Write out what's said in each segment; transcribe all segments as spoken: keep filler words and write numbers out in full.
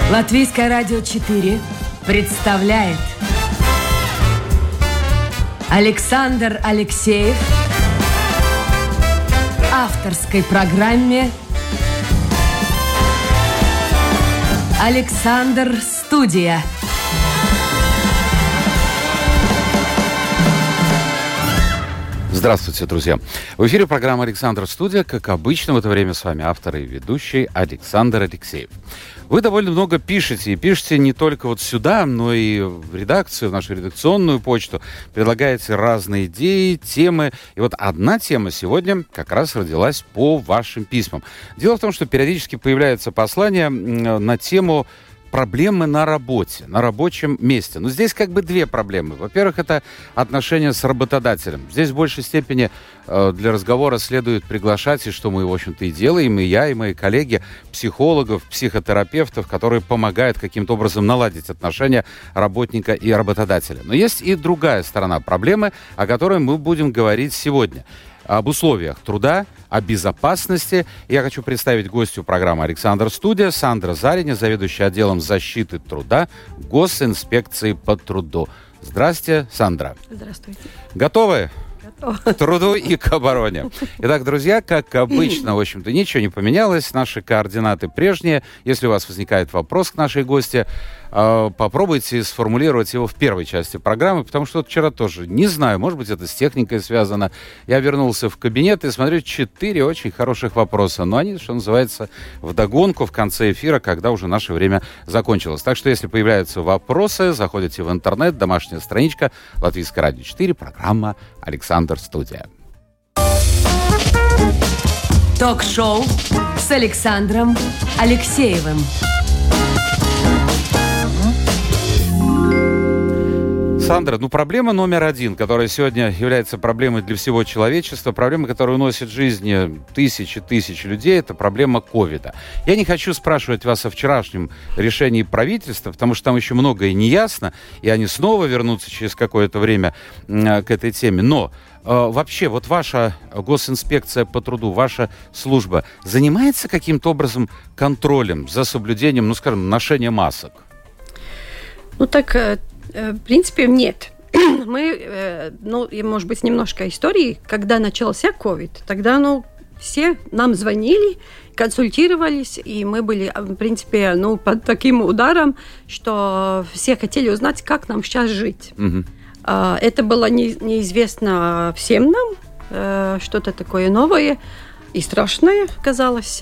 Латвийское радио четыре представляет Александр Алексеев в авторской программе «Александр Студия». Здравствуйте, друзья. В эфире программа «Александр Студия». Как обычно, в это время с вами автор и ведущий Александр Алексеев. Вы довольно много пишете, и пишете не только вот сюда, но и в редакцию, в нашу редакционную почту. Предлагаете разные идеи, темы. И вот одна тема сегодня как раз родилась по вашим письмам. Дело в том, что периодически появляются послания на тему проблемы на работе, на рабочем месте. Но здесь как бы две проблемы. Во-первых, это отношения с работодателем. Здесь в большей степени э, для разговора следует приглашать, и что мы, в общем-то, и делаем, и я, и мои коллеги, психологов, психотерапевтов, которые помогают каким-то образом наладить отношения работника и работодателя. Но есть и другая сторона проблемы, о которой мы будем говорить сегодня. Об условиях труда, о безопасности. Я хочу представить гостью программы «Александр Студия» Сандра Зариня, заведующая отделом защиты труда Госинспекции по труду. Здравствуйте, Сандра. Здравствуйте. Готовы? К труду и к обороне. Итак, друзья, как обычно, в общем-то, ничего не поменялось. Наши координаты прежние. Если у вас возникает вопрос к нашей гости, попробуйте сформулировать его в первой части программы, потому что вот вчера тоже, не знаю, может быть, это с техникой связано. Я вернулся в кабинет и смотрю, четыре очень хороших вопроса. Но они, что называется, вдогонку в конце эфира, когда уже наше время закончилось. Так что, если появляются вопросы, заходите в интернет, домашняя страничка Латвийское радио четыре, программа «Александр Студия». Ток-шоу с Александром Алексеевым. Сандра, ну проблема номер один, которая сегодня является проблемой для всего человечества, проблема, которая уносит жизни тысячи тысяч людей, это проблема ковида. Я не хочу спрашивать вас о вчерашнем решении правительства, потому что там еще многое не ясно, и они снова вернутся через какое-то время к этой теме. Но э, вообще вот ваша госинспекция по труду, ваша служба занимается каким-то образом контролем за соблюдением, ну скажем, ношения масок? Ну так... В принципе, нет. Мы, ну, и, может быть, немножко истории. Когда начался ковид, тогда, ну, все нам звонили, консультировались, и мы были, в принципе, ну, под таким ударом, что все хотели узнать, как нам сейчас жить. Угу. Это было не, неизвестно всем нам, что-то такое новое и страшное, казалось.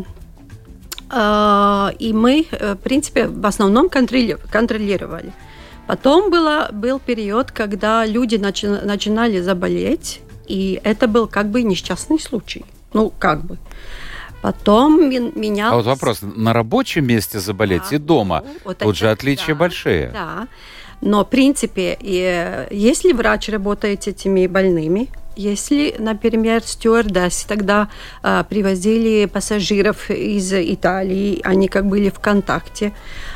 И мы, в принципе, в основном контролировали. Потом было, был период, когда люди начи, начинали заболеть, и это был как бы несчастный случай. Ну, как бы. Потом менялось... А вот вопрос, на рабочем месте заболеть да. и дома, вот тут это, же отличия да, большие. Да, но в принципе, если врач работает с этими больными, если, например, стюардессы тогда а, привозили пассажиров из Италии, они как были в контакте,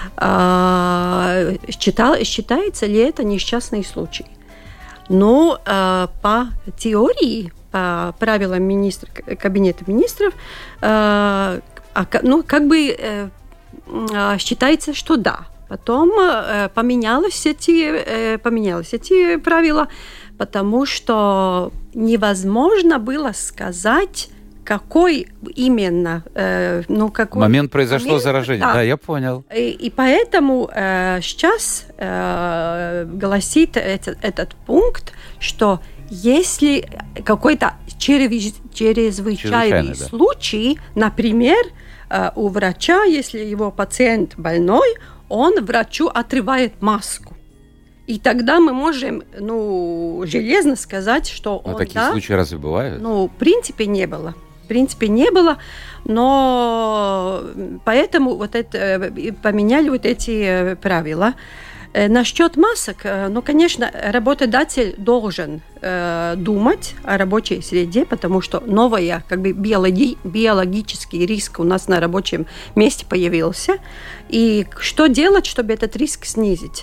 а, считал, считается ли это несчастный случай? Но а, по теории, по правилам министра, кабинета министров, а, ну, как бы а, считается, что да. Потом а, поменялось эти, а, поменялось эти правила, потому что невозможно было сказать, какой именно... Э, ну, какой момент произошло момент, заражение. Да. да, я понял. И, и поэтому э, сейчас э, гласит этот, этот пункт, что если какой-то чрезвычайный да. случай, например, э, у врача, если его пациент больной, он врачу отрывает маску. И тогда мы можем, ну, железно сказать, что Но он, такие да, случаи разве бывают? Ну, в принципе, не было. В принципе, не было, но поэтому вот это, поменяли вот эти правила. Насчет масок, ну, конечно, работодатель должен э, думать о рабочей среде, потому что новая, как бы, биологи, биологический риск у нас на рабочем месте появился. И что делать, чтобы этот риск снизить?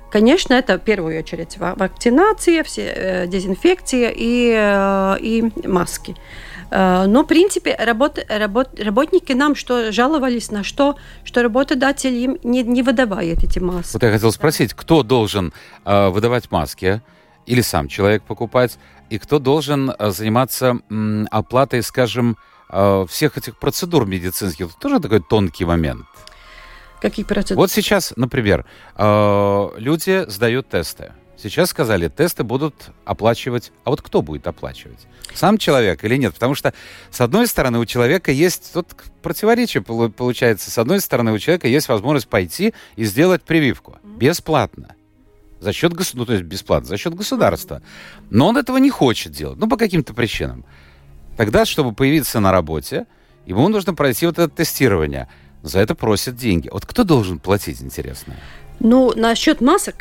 Конечно, это в первую очередь вакцинация, все, дезинфекция и, и маски. Но, в принципе, работ, работ, работники нам что жаловались на что, что работодатель им не, не выдавает эти маски. Вот я хотел спросить, кто должен э, выдавать маски, или сам человек покупать, и кто должен э, заниматься э, оплатой, скажем, э, всех этих процедур медицинских? Это тоже такой тонкий момент. Какие процедуры? Вот сейчас, например, э, люди сдают тесты. Сейчас сказали, тесты будут оплачивать. А вот кто будет оплачивать? Сам человек или нет? Потому что, с одной стороны, у человека есть... Тут противоречие получается. С одной стороны, у человека есть возможность пойти и сделать прививку. Бесплатно. За счет государства. Ну, то есть бесплатно. За счет государства. Но он этого не хочет делать. Ну, по каким-то причинам. Тогда, чтобы появиться на работе, ему нужно пройти вот это тестирование. За это просят деньги. Вот кто должен платить, интересно? Ну, насчет масок,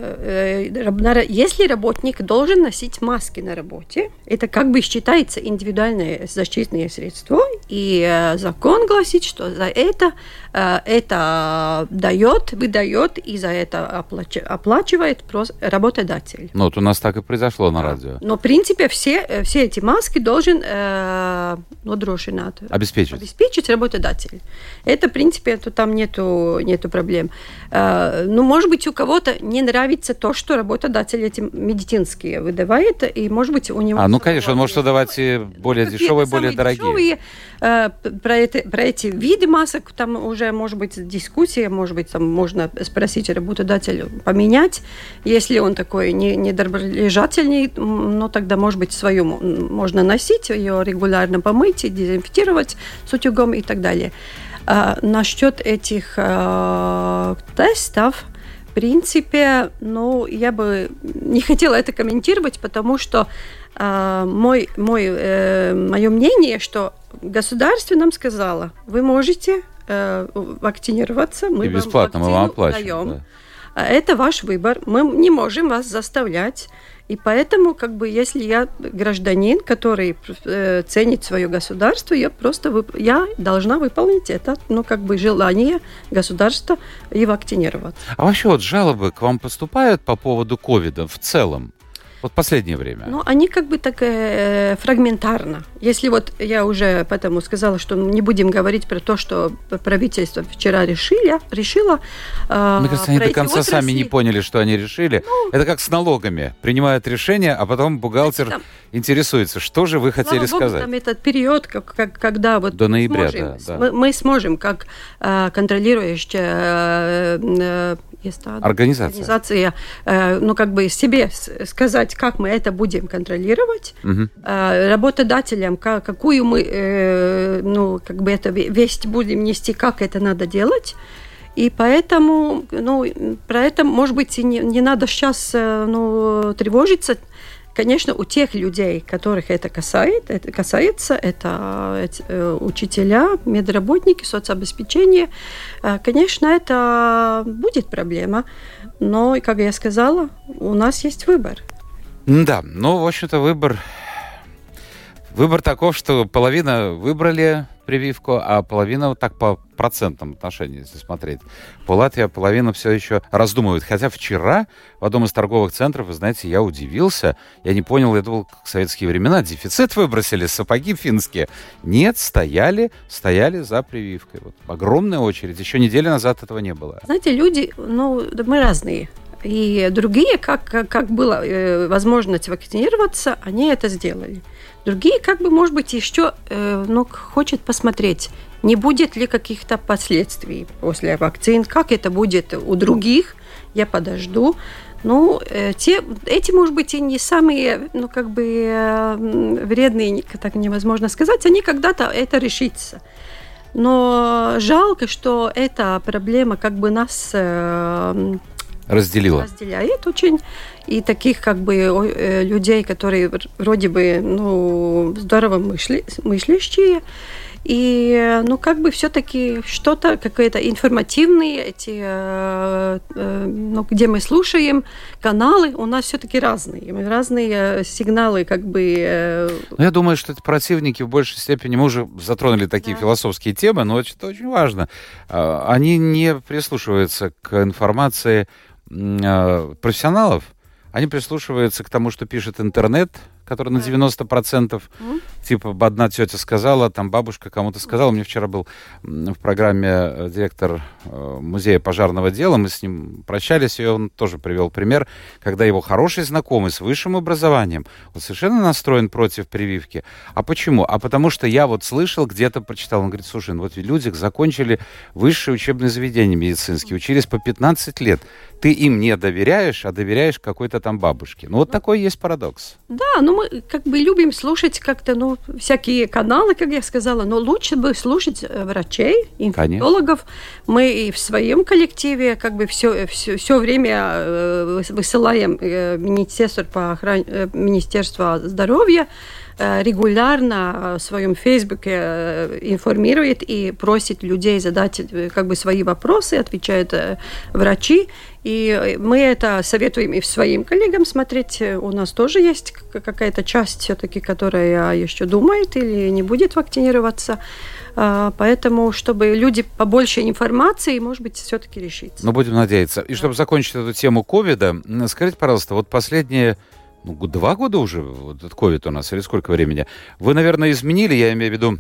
если работник должен носить маски на работе, это как бы считается индивидуальное защитное средство, и закон гласит, что за это это дает, выдает и за это оплачивает работодатель. Ну, вот у нас так и произошло на радио. Но, в принципе, все, все эти маски должен нodrošināt, обеспечить. обеспечить работодатель. Это, в принципе, это, там нету, нету проблем. Ну, может быть, у кого-то не нравится то, что работодатель эти медицинские выдавает, и, может быть, у него... А, ну, конечно, он может выдавать и более дешевые, более дорогие. Дешевые, э, про, это, про эти виды масок там уже, может быть, дискуссия, может быть, там можно спросить работодателя поменять. Если он такой недоброжелательный, ну, тогда, может быть, свою можно носить, ее регулярно помыть и дезинфицировать с утюгом и так далее. А, насчет этих а, тестов, в принципе, ну, я бы не хотела это комментировать, потому что а, мой, мой, э, мое мнение, что государство нам сказало, вы можете э, вакцинироваться, мы и бесплатно вам мы вам вакцину оплачиваем. даем. Да. Это ваш выбор, мы не можем вас заставлять. И поэтому, как бы, если я гражданин, который э, ценит свое государство, я просто вып- я должна выполнить это, ну, как бы, желание государства и вакцинироваться. А вообще вот жалобы к вам поступают по поводу ковида в целом? Вот в последнее время. Ну, они как бы так э, фрагментарно. Если вот я уже поэтому сказала, что не будем говорить про то, что правительство вчера решили, решило... Э, Мне кажется, они до конца отрасли. Сами не поняли, что они решили. Ну, это как с налогами. Принимают решение, а потом бухгалтер там, интересуется, что же вы хотели слава сказать. Богу, там этот период, как, как, когда вот до ноября, сможем, да, да. Мы, мы сможем, как э, контролирующая э, э, организация, организация э, ну, как бы себе сказать, как мы это будем контролировать, угу. э, работодателям, как, какую мы, э, ну, как бы это весть будем нести, как это надо делать. И поэтому, ну, про это, может быть, и не, не надо сейчас, ну, тревожиться. Конечно, у тех людей, которых это касается, это, касается, это э, учителя, медработники, соцобеспечение, э, конечно, это будет проблема. Но, как я сказала, у нас есть выбор. Да, ну, в общем-то, выбор... Выбор таков, что половина выбрали прививку, а половина вот так по процентам отношений, если смотреть. По Латвии половина все еще раздумывает. Хотя вчера в одном из торговых центров, вы знаете, я удивился. Я не понял, это было как в советские времена. Дефицит выбросили, сапоги финские. Нет, стояли, стояли за прививкой. Вот огромная очередь. Еще неделю назад этого не было. Знаете, люди, ну, мы разные. И другие, как, как, как была э, возможность вакцинироваться, они это сделали. Другие, как бы, может быть, еще э, ну, хочет посмотреть, не будет ли каких-то последствий после вакцин, как это будет у других, я подожду. Ну, э, те, эти, может быть, и не самые, ну, как бы, э, вредные, так невозможно сказать, они когда-то это решится. Но жалко, что эта проблема как бы нас... Э, разделила. Разделяет очень. И таких как бы людей, которые вроде бы, ну, здорово мысли, мыслящие. И, ну, как бы все-таки что-то, какие-то информативные, эти, э, э, ну, где мы слушаем, каналы у нас все-таки разные. Разные сигналы, как бы... Э... Ну, я думаю, что это противники в большей степени, мы уже затронули такие да. философские темы, но это очень важно. Они не прислушиваются к информации э, профессионалов, они прислушиваются к тому, что пишет интернет, который на девяносто процентов, mm-hmm. типа одна тетя сказала, там бабушка кому-то сказала. У меня вчера был в программе директор музея пожарного дела, мы с ним прощались, и он тоже привел пример, когда его хороший знакомый с высшим образованием, он совершенно настроен против прививки. А почему? А потому что я вот слышал, где-то прочитал, он говорит, слушай, ну вот люди закончили высшее учебное заведение медицинское, учились по пятнадцать лет, ты им не доверяешь, а доверяешь какой-то там бабушке. Ну вот такой есть парадокс. Да, ну мы как бы любим слушать как-то, ну, всякие каналы, как я сказала, но лучше бы слушать врачей, инфекологов. Конечно. Мы и в своем коллективе как бы все, все, все время высылаем Министерство по охране, Министерство здоровья регулярно в своем Фейсбуке информирует и просит людей задать как бы свои вопросы, отвечают врачи. И мы это советуем и своим коллегам смотреть. У нас тоже есть какая-то часть все-таки, которая еще думает или не будет вакцинироваться. Поэтому, чтобы люди побольше информации, может быть, все-таки решиться. Ну, будем надеяться. И чтобы закончить эту тему ковида, скажите, пожалуйста, вот последние... Ну, два года уже вот этот ковид у нас, или сколько времени? Вы, наверное, изменили, я имею в виду,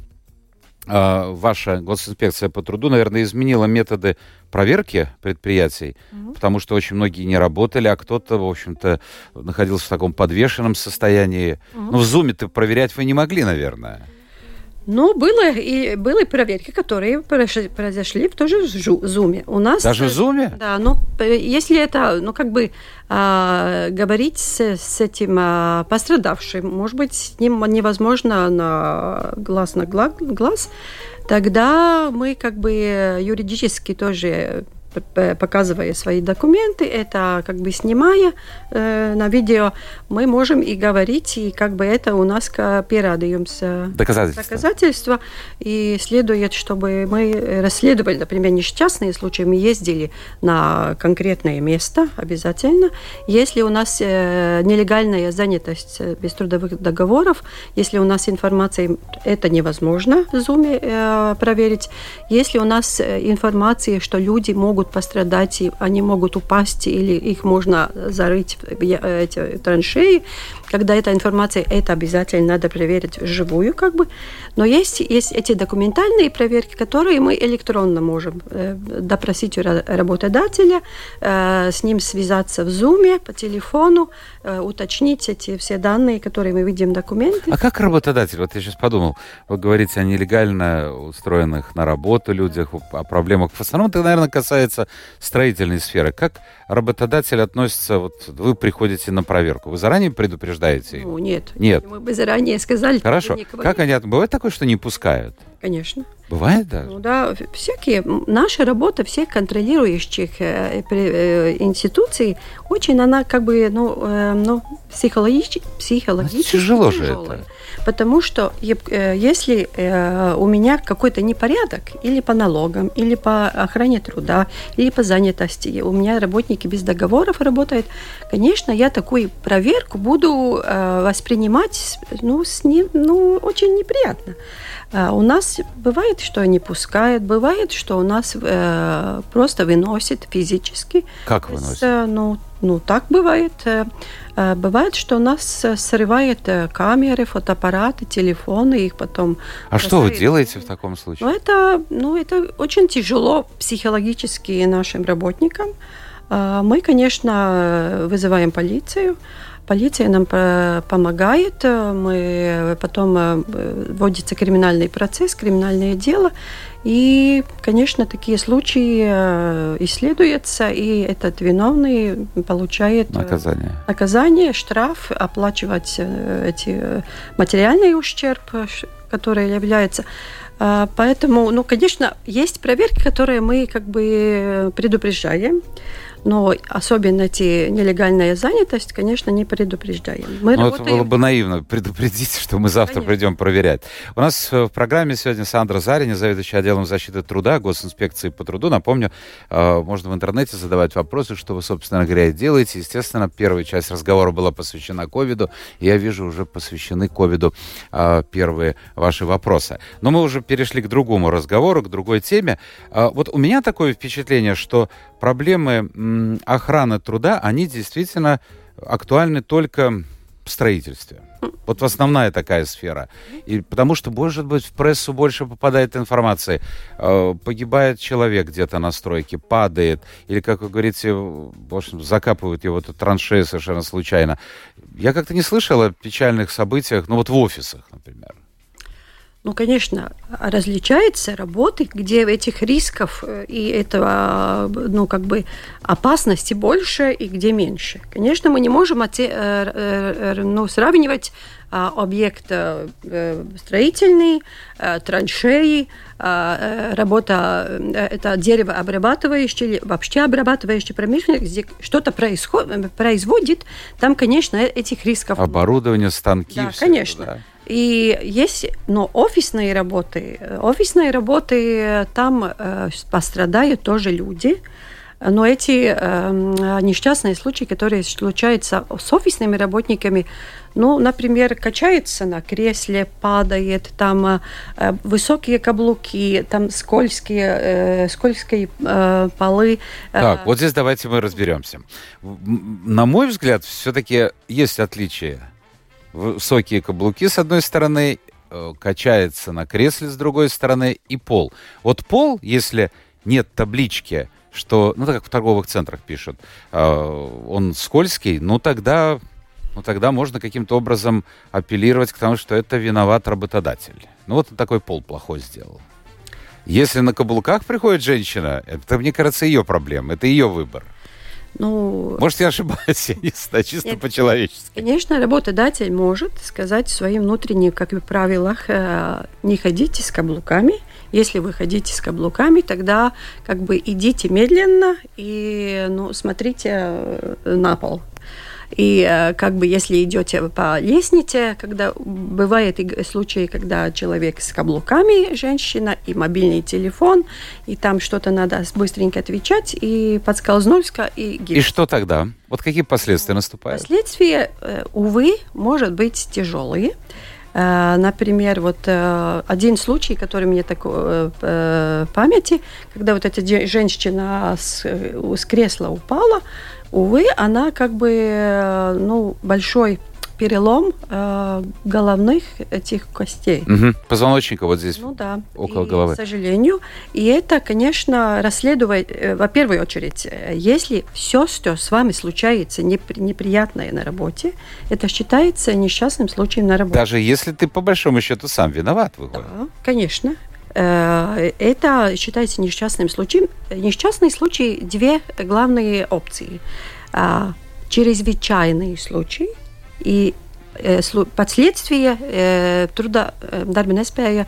э, ваша госинспекция по труду, наверное, изменила методы проверки предприятий, mm-hmm. потому что очень многие не работали, а кто-то, в общем-то, находился в таком подвешенном состоянии. Mm-hmm. Ну, в Зуме-то проверять вы не могли, наверное. Ну, было и, были проверки, которые произошли в тоже в Зуме. У нас, даже в Зуме? Да, но если это, ну, как бы а, говорить с, с этим а, пострадавшим, может быть, с ним невозможно на глаз на глаз, тогда мы как бы юридически тоже... показывая свои документы, это как бы снимая э, на видео, мы можем и говорить, и как бы это у нас pierādījums, доказательства. доказательства. И следует, чтобы мы расследовали, например, несчастные случаи, мы ездили на конкретное место обязательно. Если у нас э, нелегальная занятость без трудовых договоров, если у нас информация, это невозможно в Zoom э, проверить. Если у нас информация, что люди могут пострадать, и они могут упасть, или их можно зарыть в эти траншеи. Когда эта информация, это обязательно надо проверить вживую, как бы. Но есть, есть эти документальные проверки, которые мы электронно можем э, допросить у работодателя, э, с ним связаться в Zoom, по телефону, э, уточнить эти все данные, которые мы видим в документах. А как работодатель? Вот я сейчас подумал, вы говорите о нелегально устроенных на работу людях, о проблемах. В основном это, наверное, касается строительной сферы. Как работодатель относится, вот вы приходите на проверку, вы заранее предупреждаете? Ну, нет. Нет. Мы бы заранее сказали. Хорошо. Как они... Бывает такое, что не пускают? Конечно. Бывает даже? Ну, да, всякие. Наша работа всех контролирующих э, э, институций, очень она как бы, ну, э, ну психологически, психологически тяжело же тяжелая. это. Потому что э, если э, у меня какой-то непорядок или по налогам, или по охране труда, или по занятости, у меня работники без договоров работают, конечно, я такую проверку буду э, воспринимать, ну, с ним, ну, очень неприятно. Uh, у нас бывает, что не пускают, бывает, что у нас uh, просто выносят физически. Как выносят? Uh, ну, ну, так бывает. Uh, бывает, что у нас срывают камеры, фотоаппараты, телефоны, их потом... А бросают. Что вы делаете в таком случае? Ну, это, ну, это очень тяжело психологически нашим работникам. Uh, мы, конечно, вызываем полицию. Полиция нам помогает, мы потом вводится криминальный процесс, криминальное дело, и, конечно, такие случаи исследуются, и этот виновный получает наказание, наказание штраф, оплачивать эти материальный ущерб, который является. Поэтому, ну, конечно, есть проверки, которые мы как бы предупреждаем. Но особенно эти нелегальная занятость, конечно, не предупреждаем. Мы ну, работаем... Это было бы наивно предупредить, что мы завтра конечно. Придем проверять. У нас в программе сегодня Сандра Зарина, заведующая отделом защиты труда Госинспекции по труду. Напомню, можно в интернете задавать вопросы, что вы, собственно говоря, делаете. Естественно, первая часть разговора была посвящена ковиду. Я вижу, уже посвящены ковиду первые ваши вопросы. Но мы уже перешли к другому разговору, к другой теме. Вот у меня такое впечатление, что проблемы м, охраны труда, они действительно актуальны только в строительстве. Вот основная такая сфера. И потому что, может быть, в прессу больше попадает информации. Э, погибает человек где-то на стройке, падает, или, как вы говорите, в общем, закапывают его тут траншеи совершенно случайно. Я как-то не слышал о печальных событиях, ну вот в офисах, например. Ну, конечно, различаются работы, где этих рисков и этого, ну, как бы опасности больше и где меньше. Конечно, мы не можем оце- ну, сравнивать объект строительный, траншеи, работа, это деревообрабатывающее или вообще обрабатывающее промышленность, где что-то происходит, производит, там, конечно, этих рисков. Оборудование, станки. Да, все конечно. это, да. И есть, но офисные работы, офисные работы, там э, пострадают тоже люди. Но эти э, несчастные случаи, которые случаются с офисными работниками, ну, например, качается на кресле, падает, там э, высокие каблуки, там скользкие, э, скользкие э, полы. Так, вот здесь давайте мы разберемся. На мой взгляд, все-таки есть отличия. Высокие каблуки с одной стороны, э, качается на кресле с другой стороны и пол. Вот пол, если нет таблички, что, ну так как в торговых центрах пишут, э, он скользкий, ну тогда, ну тогда можно каким-то образом апеллировать к тому, что это виноват работодатель. Ну вот он такой пол плохой сделал. Если на каблуках приходит женщина, это, мне кажется, ее проблема, это ее выбор. Ну, может, я ошибаюсь, я не знаю, чисто нет, по-человечески. Конечно, работодатель может сказать в своих внутренних, как бы, правилах, не ходите с каблуками. Если вы ходите с каблуками, тогда как бы идите медленно и, ну, смотрите на пол. И как бы если идете по лестнице, когда бывают случаи, когда человек с каблуками, женщина, и мобильный телефон, и там что-то надо быстренько отвечать, и подскользнулся, и гипс. И что тогда? Вот какие последствия наступают? Последствия, увы, может быть тяжелые. Например, вот один случай, который мне так в памяти, когда вот эта женщина с, с кресла упала, увы, она как бы, ну, большой перелом э, головных этих костей. Угу. Позвоночника вот здесь, ну, да. около и, головы. К сожалению. И это, конечно, расследует, э, во первую очередь, э, если все, что с вами случается непри- неприятное на работе, это считается несчастным случаем на работе. Даже если ты, по большому счету, сам виноват, выходит. Да, конечно. Это считается несчастным случаем. Несчастный случай – две главные опции. Чрезвычайный случай и последствия труда, darba nespēja,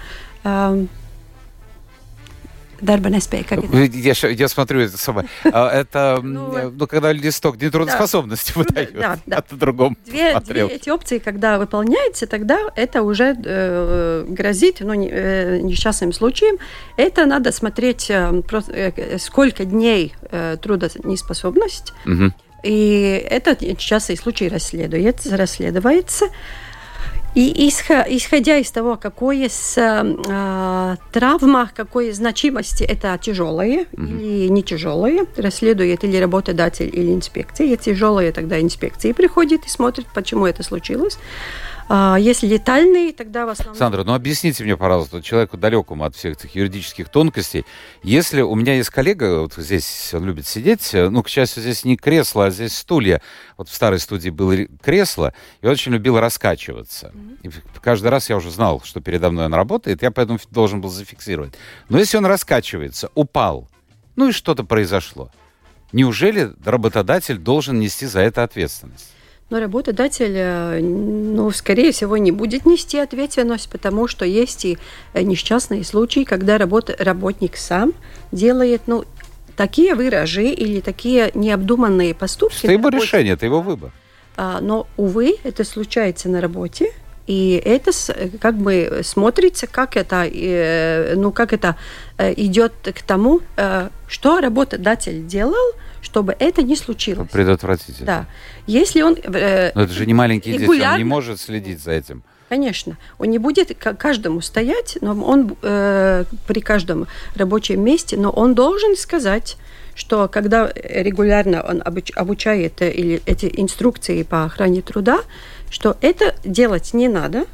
darba nespēja, как это? Я, я смотрю это самое. Это, ну, ну, когда листок нетрудоспособности, да, выдает. Да, да. А ты другом две, две эти опции, когда выполняется, тогда это уже э, грозит, ну, не, э, несчастным случаем. Это надо смотреть, э, э, сколько дней э, трудонеспособность. Угу. И этот несчастный случай расследуется, расследуется. И исходя из того, какое с, э, травма, какой значимости это тяжелое mm-hmm. или не тяжелое, расследует или работодатель, или инспекция. Если тяжелое, тогда инспекция приходит и смотрит, почему это случилось. А если летальный, тогда в основном... Сандра, ну объясните мне, пожалуйста, человеку далекому от всех этих юридических тонкостей, если у меня есть коллега, вот здесь он любит сидеть, ну, к счастью, здесь не кресло, а здесь стулья. Вот в старой студии было кресло, и он очень любил раскачиваться. Mm-hmm. И каждый раз я уже знал, что передо мной он работает, я поэтому должен был зафиксировать. Но если он раскачивается, упал, ну и что-то произошло, неужели работодатель должен нести за это ответственность? Но работодатель, ну, скорее всего, не будет нести ответственность, потому что есть и несчастные случаи, когда работ, работник сам делает, ну, такие выражи или такие необдуманные поступки. Это его решение, это его выбор. А, но, увы, это случается на работе, и это как бы смотрится, как это, ну, как это идет к тому, что работодатель делал, чтобы это не случилось. Предотвратить это. Да. Если он... Э, Но это же не маленькие дети, он не может следить за этим. Конечно. Он не будет каждому стоять, но он э, при каждом рабочем месте, но он должен сказать, что когда регулярно он обучает или эти инструкции по охране труда, что это делать не надо,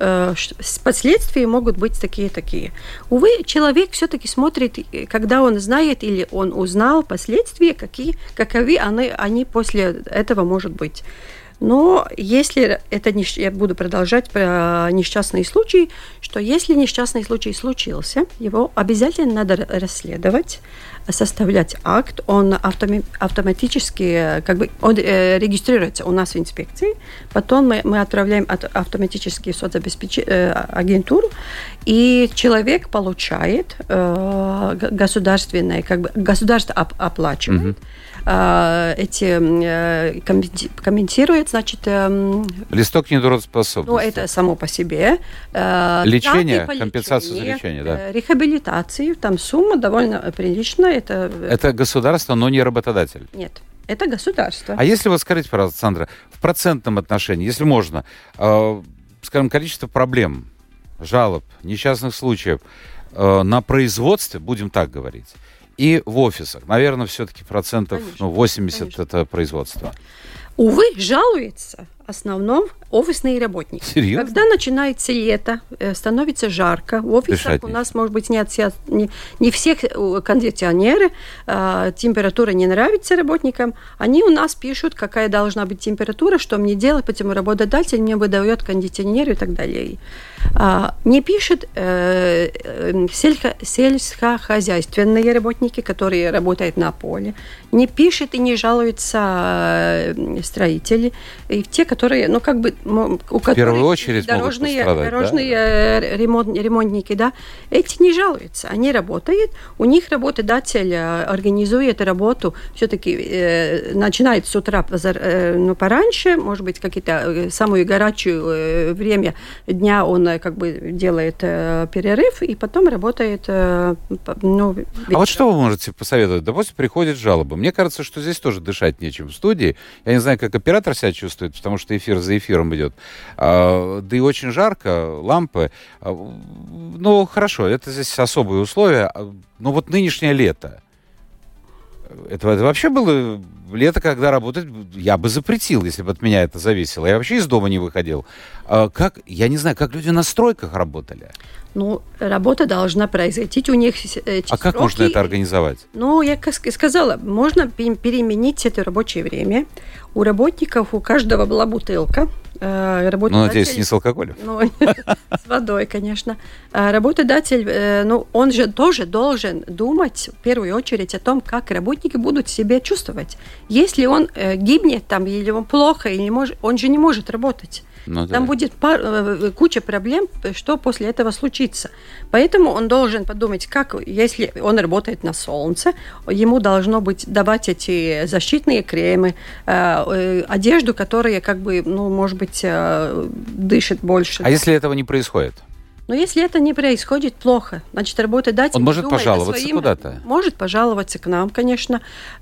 последствия могут быть такие-такие. Увы, человек все-таки смотрит, когда он знает или он узнал последствия, какие, каковы они, они после этого могут быть. Но если это, я буду продолжать про несчастные случаи, что если несчастный случай случился, его обязательно надо расследовать, составлять акт, он автоматически, как бы, он э, регистрируется у нас в инспекции, потом мы, мы отправляем автоматически в соцобеспечение э, агентуру, и человек получает э, государственное, как бы, государство оп- оплачивает, mm-hmm. э, эти э, комментирует, значит... Э, Листок нетрудоспособности. Ну, это само по себе. Э, лечение, компенсацию за лечение, да. Э, рехабилитацию, там сумма довольно приличная. Это, это государство, но не работодатель? Нет, это государство. А если вы скажите, пожалуйста, Сандра, в процентном отношении, если можно, э, скажем, количество проблем, жалоб, несчастных случаев э, на производстве, будем так говорить, и в офисах, наверное, все-таки процентов конечно, ну, восемьдесят конечно. Это производство. Увы, жалуется в основном офисные работники. Серьезно? Когда начинается лето, становится жарко, в офисах Дышать у нас, нет. может быть, не, отся... не, не всех кондиционеры, э, температура не нравится работникам, они у нас пишут, какая должна быть температура, что мне делать, почему работодатель мне выдает кондиционер и так далее. А, не пишут э, э, сельско... сельскохозяйственные работники, которые работают на поле, не пишут и не жалуются э, строители, и те, которые, ну, как бы, у которых в первую очередь дорожные, могут дорожные да? ремонт, ремонтники, да, эти не жалуются, они работают, у них работодатель организует работу, все-таки э, начинает с утра э, ну, пораньше, может быть, какие-то самую горячую э, время дня он э, как бы делает э, перерыв, и потом работает, э, ну, вечером. А вот что вы можете посоветовать? Допустим, приходит жалоба. Мне кажется, что здесь тоже дышать нечем в студии. Я не знаю, как оператор себя чувствует, потому что эфир за эфиром идет. А, да и очень жарко, лампы. А, ну, хорошо, это здесь особые условия. Но вот нынешнее лето. Это, это вообще было лето, когда работать я бы запретил, если бы от меня это зависело. Я вообще из дома не выходил. А как, я не знаю, как люди на стройках работали? Ну, работа должна произойти. У них эти А как сроки, можно это организовать? Ну, я как сказала, можно переменить это рабочее время. У работников, у каждого была бутылка. Ну, надеюсь, не с алкоголем. Ну, с водой, конечно. Работодатель, ну, он же тоже должен думать в первую очередь о том, как работники будут себя чувствовать. Если он гибнет там, или он плохо, или может, он же не может работать. Ну, Там да. будет пар, куча проблем, что после этого случится. Поэтому он должен подумать, как, если он работает на солнце, ему должно быть давать эти защитные кремы, э, одежду, которая, как бы, ну, может быть, э, дышит больше. А если этого не происходит? Но если это не происходит, плохо. Значит, работодатель... Он может пожаловаться своим, куда-то? Может пожаловаться к нам, конечно.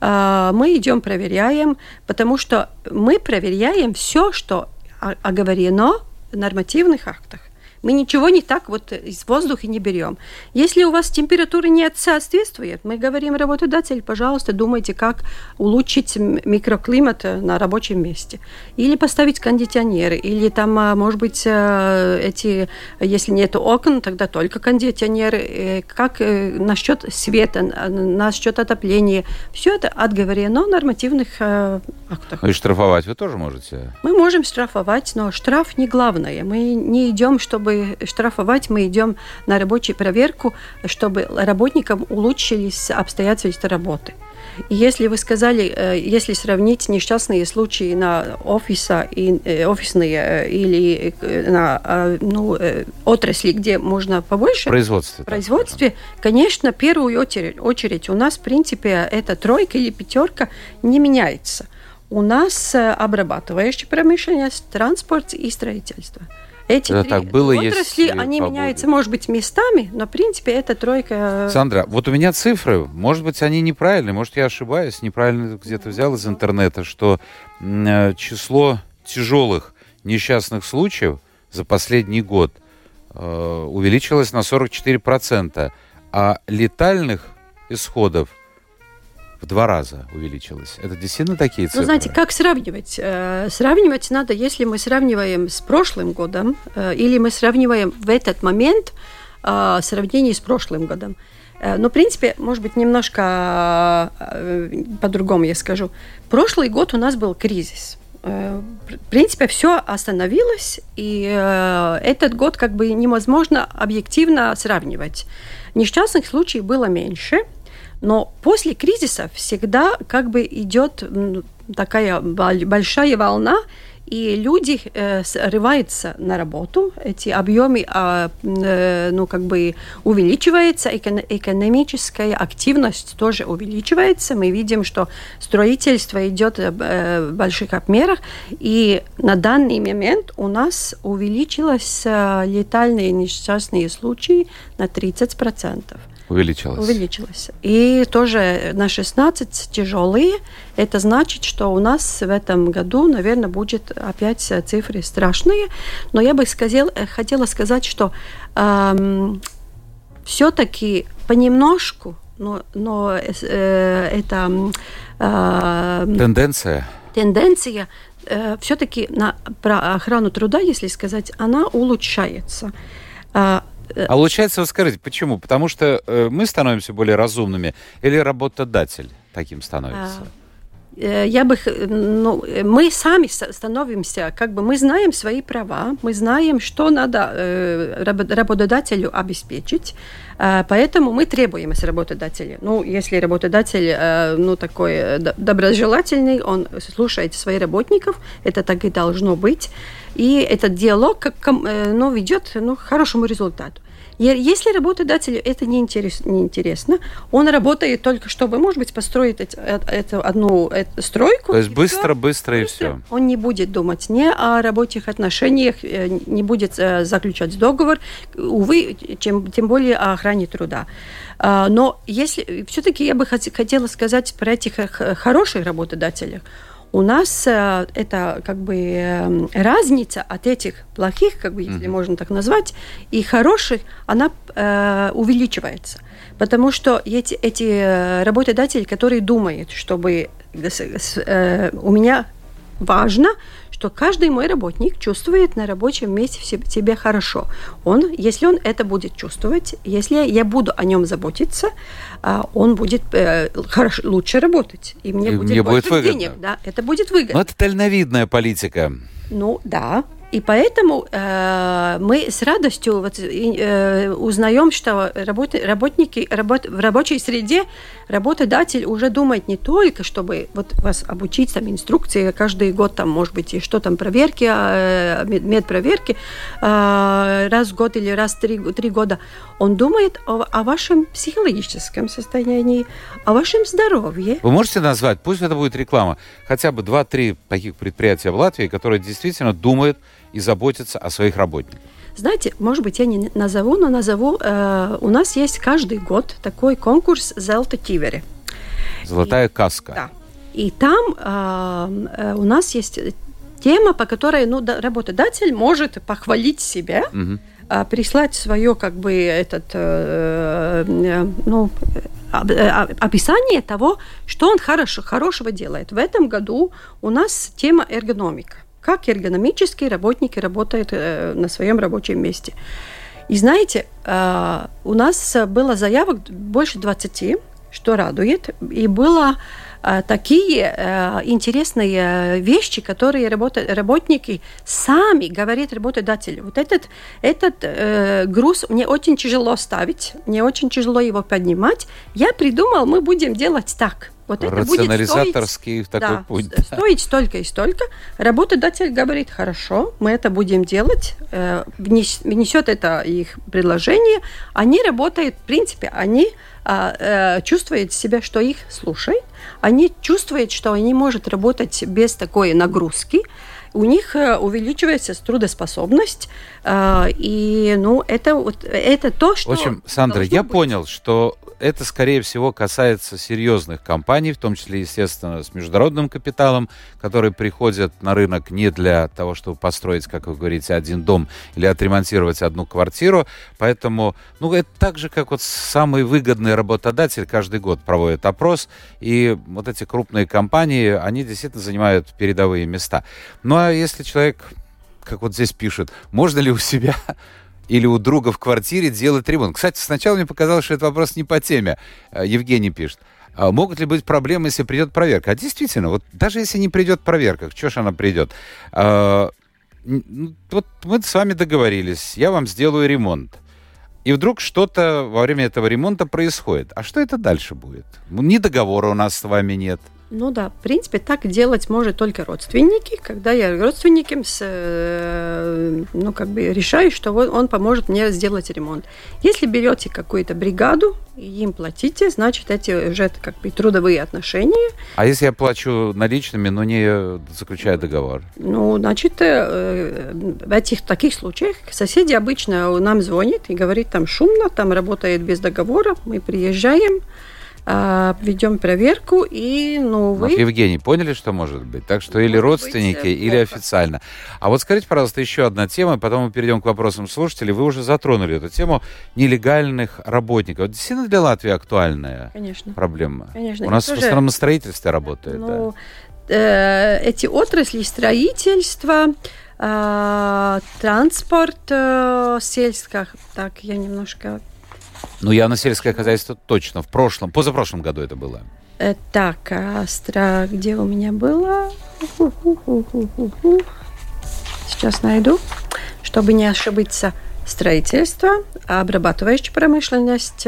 Мы идем, проверяем, потому что мы проверяем все, что оговорено в нормативных актах. Мы ничего не так вот из воздуха не берем. Если у вас температура не соответствует, мы говорим работодателю, пожалуйста, думайте, как улучшить микроклимат на рабочем месте. Или поставить кондиционеры, или там, может быть, эти, если нет окон, тогда только кондиционеры. Как насчет света, насчет отопления. Все это отговорено в нормативных актах. Ну и штрафовать вы тоже можете? Мы можем штрафовать, но штраф не главное. Мы не идем, чтобы штрафовать, мы идем на рабочую проверку, чтобы работникам улучшились обстоятельства работы. И если вы сказали, если сравнить несчастные случаи на офиса и, офисные или на ну, отрасли, где можно побольше... Производстве. В производстве, конечно, в первую очередь, очередь у нас, в принципе, эта тройка или пятерка не меняется. У нас обрабатывающая промышленность, транспорт и строительство. Эти это три так было, отрасли, они погоде. меняются, может быть, местами, но, в принципе, это тройка... Сандра, вот у меня цифры, может быть, они неправильные, может, я ошибаюсь, неправильно где-то взял из интернета, что число тяжелых несчастных случаев за последний год э, увеличилась на сорок четыре процента, а летальных исходов в два раза увеличилось. Это действительно такие цифры? Ну, знаете, как сравнивать? Э, сравнивать надо, если мы сравниваем с прошлым годом, э, или мы сравниваем в этот момент э, в сравнении с прошлым годом. Э, но, в принципе, может быть, немножко э, по-другому я скажу. Прошлый год у нас был кризис. Э, в принципе, все остановилось, и э, этот год как бы невозможно объективно сравнивать. Несчастных случаев было меньше, но после кризиса всегда как бы идет такая большая волна, и люди э, срываются на работу, эти объемы э, э, ну, как бы увеличиваются, эко- экономическая активность тоже увеличивается. Мы видим, что строительство идет э, в больших объемах, и на данный момент у нас увеличилось э, летальные несчастные случаи на тридцать процентов. Увеличилось. Увеличилось. И тоже на шестнадцать тяжелые. Это значит, что у нас в этом году, наверное, будет опять цифры страшные. Но я бы сказал, хотела сказать, что эм, все-таки понемножку, но, но э, это... Э, Тенденция. Тенденция э, все-таки на про охрану труда, если сказать, она улучшается. А улучшается, вы скажите, почему? Потому что э, мы становимся более разумными или работодатель таким становится? Я бы, ну, мы сами становимся, как бы мы знаем свои права, мы знаем, что надо э, работодателю обеспечить, э, поэтому мы требуем с работодателя. Ну, если работодатель, э, ну, такой доброжелательный, он слушает своих работников, это так и должно быть, и этот диалог, как, э, ну, ведет, ну, к хорошему результату. Если работодателю это не интересно, он работает только, чтобы, может быть, построить эту одну эту стройку. То есть быстро, быстро и все. Он не будет думать ни о рабочих отношениях, не будет заключать договор, увы, чем, тем более о охране труда. Но если все-таки я бы хотела сказать про этих хороших работодателей. У нас э, это как бы э, разница от этих плохих, как бы, если mm-hmm. можно так назвать, и хороших, она э, увеличивается. Потому что эти, эти работодатели, которые думают, чтобы э, у меня важно, что каждый мой работник чувствует на рабочем месте себя хорошо. Он, если он это будет чувствовать, если я буду о нем заботиться, он будет э, хорошо, лучше работать. И мне и будет мне больше будет денег. Да, это будет выгодно. Но это дальновидная политика. Ну, да. И поэтому э, мы с радостью вот, э, узнаем, что работ, работники работ, в рабочей среде работодатель уже думает не только, чтобы вот вас обучить, там, инструкции каждый год, там, может быть, и что там, проверки, э, медпроверки э, раз в год или раз в три, три года. Он думает о, о вашем психологическом состоянии, о вашем здоровье. Вы можете назвать, пусть это будет реклама, хотя бы два-три таких предприятия в Латвии, которые действительно думают и заботятся о своих работниках? Знаете, может быть, я не назову, но назову. Э, у нас есть каждый год такой конкурс «Золото Кивери». Золотая и, каска. Да. И там э, э, у нас есть тема, по которой ну, да, работодатель может похвалить себя, угу. э, прислать свое, как бы, этот, э, э, ну, описание того, что он хорошо, хорошего делает. В этом году у нас тема эргономика. Как эргономически работники работают э, на своем рабочем месте. И знаете, э, у нас было заявок больше двадцати, что радует. И было э, такие э, интересные вещи, которые работа- работники сами говорят работодателю. Вот этот, этот э, груз мне очень тяжело ставить, мне очень тяжело его поднимать. Я придумал, мы будем делать так. Вот это рационализаторский будет стоить, такой да, путь. стоить столько и столько. Работодатель говорит, хорошо, мы это будем делать, э, внесет это их предложение. Они работают, в принципе, они э, э, чувствуют себя, что их слушают. Они чувствуют, что они могут работать без такой нагрузки. У них увеличивается трудоспособность, и ну, это, вот, это то, что... В общем, Сандра, я быть. понял, что это, скорее всего, касается серьезных компаний, в том числе, естественно, с международным капиталом, которые приходят на рынок не для того, чтобы построить, как вы говорите, один дом или отремонтировать одну квартиру. Поэтому, ну, это так же, как вот самый выгодный работодатель каждый год проводит опрос, и вот эти крупные компании, они действительно занимают передовые места. Ну, а если человек, как вот здесь пишет, можно ли у себя или у друга в квартире делать ремонт? Кстати, сначала мне показалось, что это вопрос не по теме. Евгений пишет. А могут ли быть проблемы, если придет проверка? А действительно, вот даже если не придет проверка, что ж она придет? А, вот мы с вами договорились, я вам сделаю ремонт. И вдруг что-то во время этого ремонта происходит. А что это дальше будет? Ни договора у нас с вами нет. Ну да, в принципе, так делать может только родственники, когда я родственникам с, ну, как бы решаю, что он поможет мне сделать ремонт. Если берете какую-то бригаду и им платите, значит, эти уже как бы трудовые отношения. А если я плачу наличными, но не заключаю договор? Ну, значит, в этих таких случаях соседи обычно нам звонят и говорят, там шумно, там работает без договора, мы приезжаем, ведем проверку, и, ну, вы... Вот, Евгений, поняли, что может быть? Так что или родственники, быть, или официально. А вот скажите, пожалуйста, еще одна тема, потом мы перейдем к вопросам слушателей. Вы уже затронули эту тему нелегальных работников. Это действительно для Латвии актуальная Конечно. проблема? Конечно. У нас тоже... в основном на строительстве работает. Ну, да. э, эти отрасли строительства, э, транспорт, э, сельских... Так, я немножко... Ну, я на сельское хозяйство точно. В прошлом, позапрошлом году это было. Э, так, Астра, где у меня было? Сейчас найду. Чтобы не ошибиться. Строительство, обрабатывающая промышленность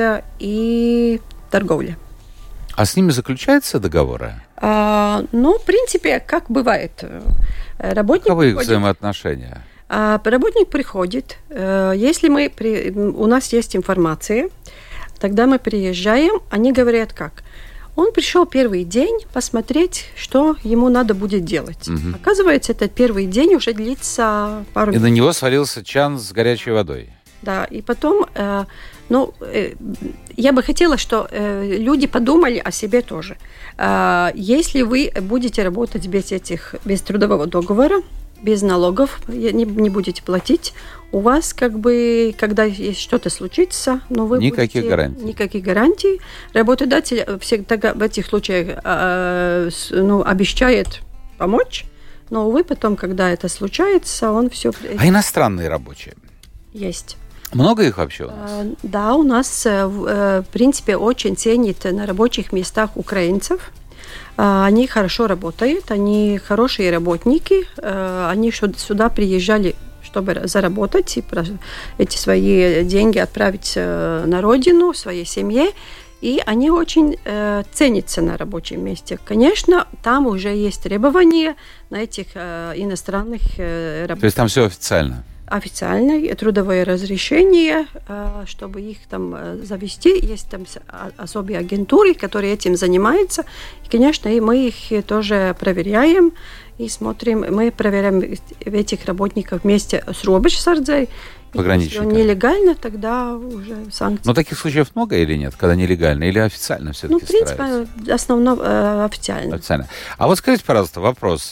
и торговля. А с ними заключаются договоры? А, ну, в принципе, как бывает. Работник Каковы их приходит, взаимоотношения? а, работник приходит. Если мы, при, у нас есть информация, тогда мы приезжаем, они говорят как? Он пришел первый день посмотреть, что ему надо будет делать. Угу. Оказывается, этот первый день уже длится пару И дней. на него свалился чан с горячей водой. Да, и потом, э, ну, э, я бы хотела, что э, люди подумали о себе тоже. Э, если вы будете работать без этих, без трудового договора, без налогов, не, не будете платить, у вас как бы, когда есть что-то случится, но вы никаких будете, гарантий. Никаких гарантий. Работодатель всегда в этих случаях э, ну, обещает помочь, но, увы, потом, когда это случается, он все... А иностранные рабочие? Есть. Много их вообще у нас? Да, у нас, в принципе, очень ценят на рабочих местах украинцев. Они хорошо работают, они хорошие работники. Они сюда приезжали, чтобы заработать и эти свои деньги отправить на родину, своей семье. И они очень э, ценятся на рабочем месте. Конечно, там уже есть требования на этих э, иностранных э, работников. То есть там все официально? Официальное трудовое разрешение, чтобы их там завести. Есть там особые агентуры, которые этим занимаются. И, конечно, и мы их тоже проверяем и смотрим. Мы проверяем этих работников вместе с робежсарdzei. Если он нелегально, тогда уже санкции. Но таких случаев много или нет, когда нелегально, или официально все-таки Ну, в принципе, стараются? основном э, официально. Официально. А вот скажите, пожалуйста, вопрос.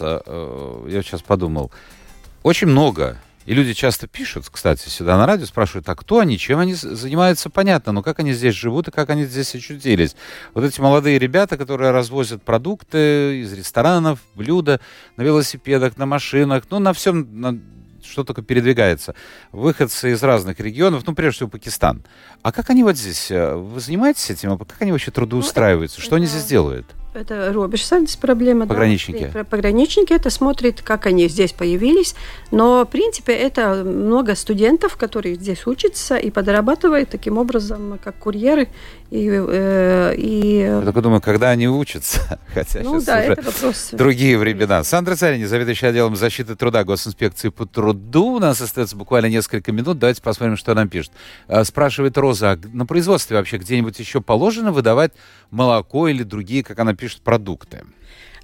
Я сейчас подумал. Очень много, и люди часто пишут, кстати, сюда на радио, спрашивают, а кто они, чем они занимаются, понятно, но как они здесь живут и как они здесь очутились. Вот эти молодые ребята, которые развозят продукты из ресторанов, блюда на велосипедах, на машинах, ну, на всем... На что только передвигается. Выходцы из разных регионов, ну, прежде всего, Пакистан. А как они вот здесь? Вы занимаетесь этим? Как они вообще трудоустраиваются? Ну, что это, они здесь делают? Это робежсарdzes проблема. Пограничники. Да? Пограничники это смотрят, как они здесь появились. Но, в принципе, это много студентов, которые здесь учатся и подрабатывают таким образом, как курьеры. И, э, и... Я только думаю, когда они учатся. Хотя ну, сейчас да, уже это вопрос... другие времена. Сандра Царини, заведующая отделом защиты труда Госинспекции по труду. У нас остается буквально несколько минут. Давайте посмотрим, что нам пишет. Спрашивает Роза, а на производстве вообще где-нибудь еще положено выдавать молоко или другие, как она пишет, продукты?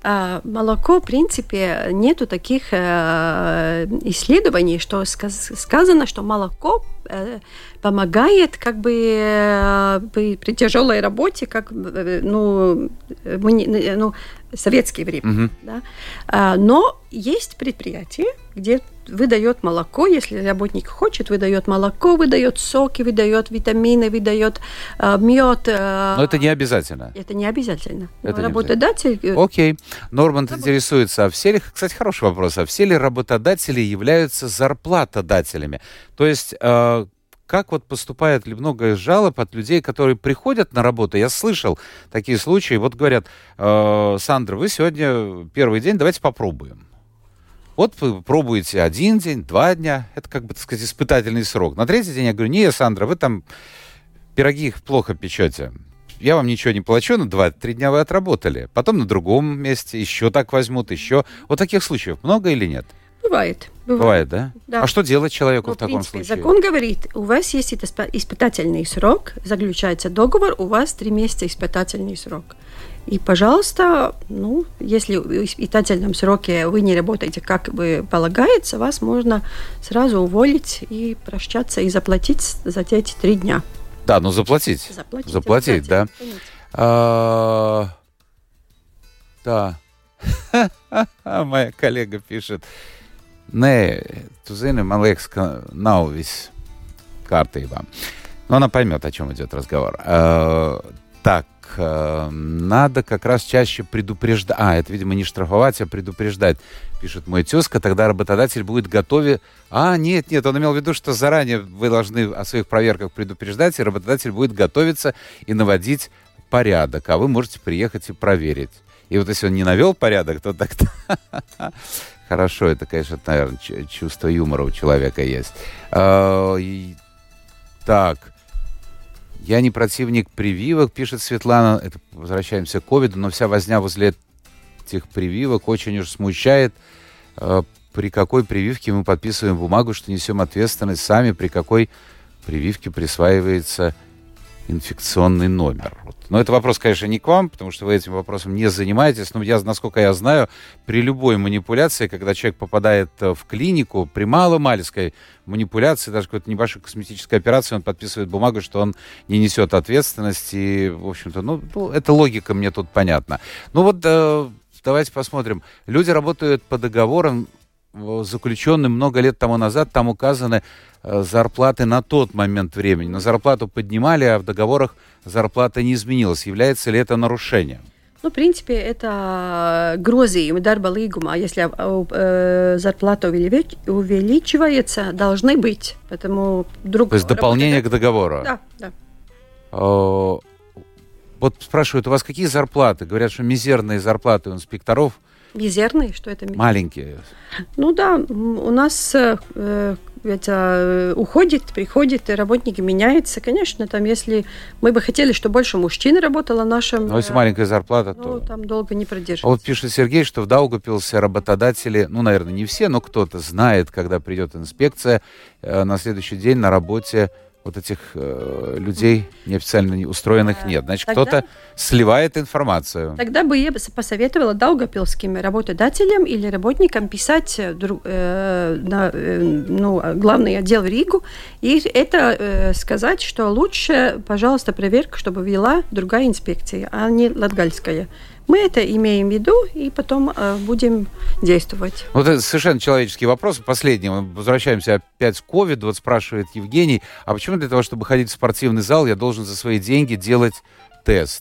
А, молоко, в принципе, нету таких э, исследований, что сказ- сказано, что молоко э, помогает как бы э, при, при тяжелой работе, как э, ну, мы, ну, советское время. Угу. Да? А, но есть предприятия, где выдает молоко, если работник хочет, выдает молоко, выдает соки, выдает витамины, выдает э, мед. Э, Но это не обязательно. Это не обязательно. Это Но не работодатель... Окей. Норманд интересуется, а все ли, кстати, хороший вопрос, а все ли работодатели являются зарплатодателями? То есть, э, как вот поступает ли много жалоб от людей, которые приходят на работу? Я слышал такие случаи. Вот говорят, э, Сандра, вы сегодня первый день, давайте попробуем. Вот вы пробуете один день, два дня. Это, как бы, так сказать, испытательный срок. На третий день я говорю, не, Сандра, вы там пироги их плохо печете. Я вам ничего не плачу, на два-три дня вы отработали. Потом на другом месте еще так возьмут, еще. Вот таких случаев много или нет? Бывает. Бывает, Бывает, да? Да. А что делать человеку Но, в таком в принципе, случае? закон говорит, у вас есть испытательный срок, заключается договор, у вас три месяца испытательный срок. И, пожалуйста, ну, если в испытательном сроке вы не работаете, как бы полагается, вас можно сразу уволить и прощаться, и заплатить за эти три дня. Да, ну заплатить. Заплатить, заплатить, да. А, да. Моя коллега пишет. Не, tu zini, man liekas, ka nav viss kārtībā. Но она поймет, о чем идет разговор. А, так, а, надо как раз чаще предупреждать. А, это, видимо, не штрафовать, а предупреждать, пишет мой тезка. Тогда работодатель будет готов... А, нет, нет, он имел в виду, что заранее вы должны о своих проверках предупреждать, и работодатель будет готовиться и наводить порядок, а вы можете приехать и проверить. И вот если он не навел порядок, то так-то... Хорошо, это, конечно, наверное, чувство юмора у человека есть. А, и, так, я не противник прививок, пишет Светлана. Это возвращаемся к ковиду, но вся возня возле этих прививок очень уж смущает. А, при какой прививке мы подписываем бумагу, что несем ответственность сами, при какой прививке присваивается инфекционный номер. Вот. Но это вопрос, конечно, не к вам, потому что вы этим вопросом не занимаетесь. Но я, насколько я знаю, при любой манипуляции, когда человек попадает в клинику, при маломальской манипуляции, даже какой-то небольшой косметической операции, он подписывает бумагу, что он не несет ответственности. И, в общем-то, ну, ну, эта логика мне тут понятна. Ну вот, э, давайте посмотрим. Люди работают по договорам, заключенным много лет тому назад. Там указаны зарплаты на тот момент времени. На зарплату поднимали, а в договорах зарплата не изменилась. Является ли это нарушением? Ну, в принципе, это grozījumi darba līgumā. Если э, зарплата увеличивается, должны быть. Поэтому друг... То есть дополнение к договору? Да, да. О, вот спрашивают, у вас какие зарплаты? Говорят, что мизерные зарплаты у инспекторов. Мизерные? Что это? Маленькие. Ну да, у нас э, это уходит, приходит, и работники меняются. Конечно, там, если мы бы хотели, чтобы больше мужчин работало в нашем... Но если маленькая зарплата, ну, то... там долго не продержится. А вот пишет Сергей, что в Даугавпилсе работодатели, ну, наверное, не все, но кто-то знает, когда придет инспекция, э, на следующий день на работе вот этих э, людей неофициально устроенных нет. Значит, тогда, кто-то сливает информацию. Тогда бы я посоветовала даугавпилским работодателям или работникам писать э, на э, ну, главный отдел в Ригу и это э, сказать, что лучше, пожалуйста, проверка, чтобы вела другая инспекция, а не латгальская. Мы это имеем в виду и потом э, будем действовать. Вот это совершенно человеческий вопрос. Последний. Мы возвращаемся опять к ковиду. Вот спрашивает Евгений, а почему для того, чтобы ходить в спортивный зал, я должен за свои деньги делать тест?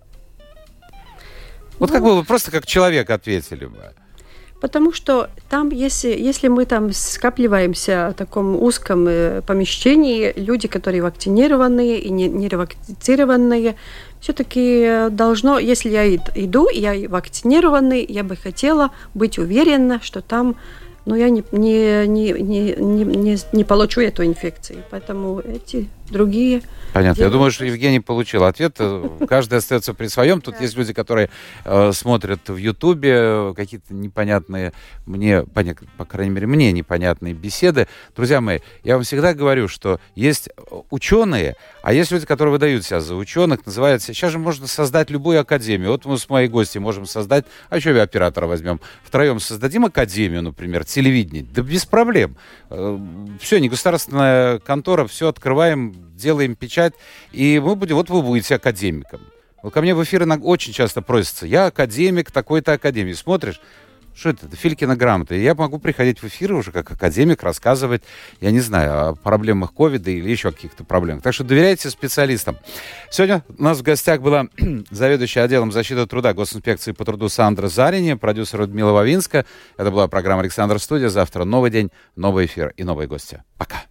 Вот ну, как бы вы просто как человек ответили бы. Потому что там, если, если мы там скапливаемся в таком узком э, помещении, люди, которые вакцинированные и не, не вакцинированные, все-таки должно, если я иду, я вакцинированный, я бы хотела быть уверена, что там, ну, я не, не, не, не, не, не получу эту инфекцию. Поэтому эти другие. Понятно. Я думаю, что Евгений получил ответ. Каждый остается при своем. Тут есть люди, которые э, смотрят в Ютубе какие-то непонятные, мне, по крайней мере, мне непонятные беседы. Друзья мои, я вам всегда говорю, что есть ученые, а есть люди, которые выдают себя за ученых, называются... Сейчас же можно создать любую академию. Вот мы с моей гостьей можем создать... А еще оператора возьмем. Втроем создадим академию, например, телевидение. Да без проблем. Все, не государственная контора, все открываем, делаем печать, и мы будем, вот вы будете академиком. Вот ко мне в эфир очень часто просятся: я академик такой-то академии. Смотришь, что это? Это Филькина грамота. И я могу приходить в эфир уже как академик, рассказывать, я не знаю, о проблемах ковида или еще о каких-то проблемах. Так что доверяйте специалистам. Сегодня у нас в гостях была заведующая отделом защиты труда Госинспекции по труду Сандра Зарини, продюсер Людмила Вавинска. Это была программа «Александр Студия». Завтра новый день, новый эфир и новые гости. Пока.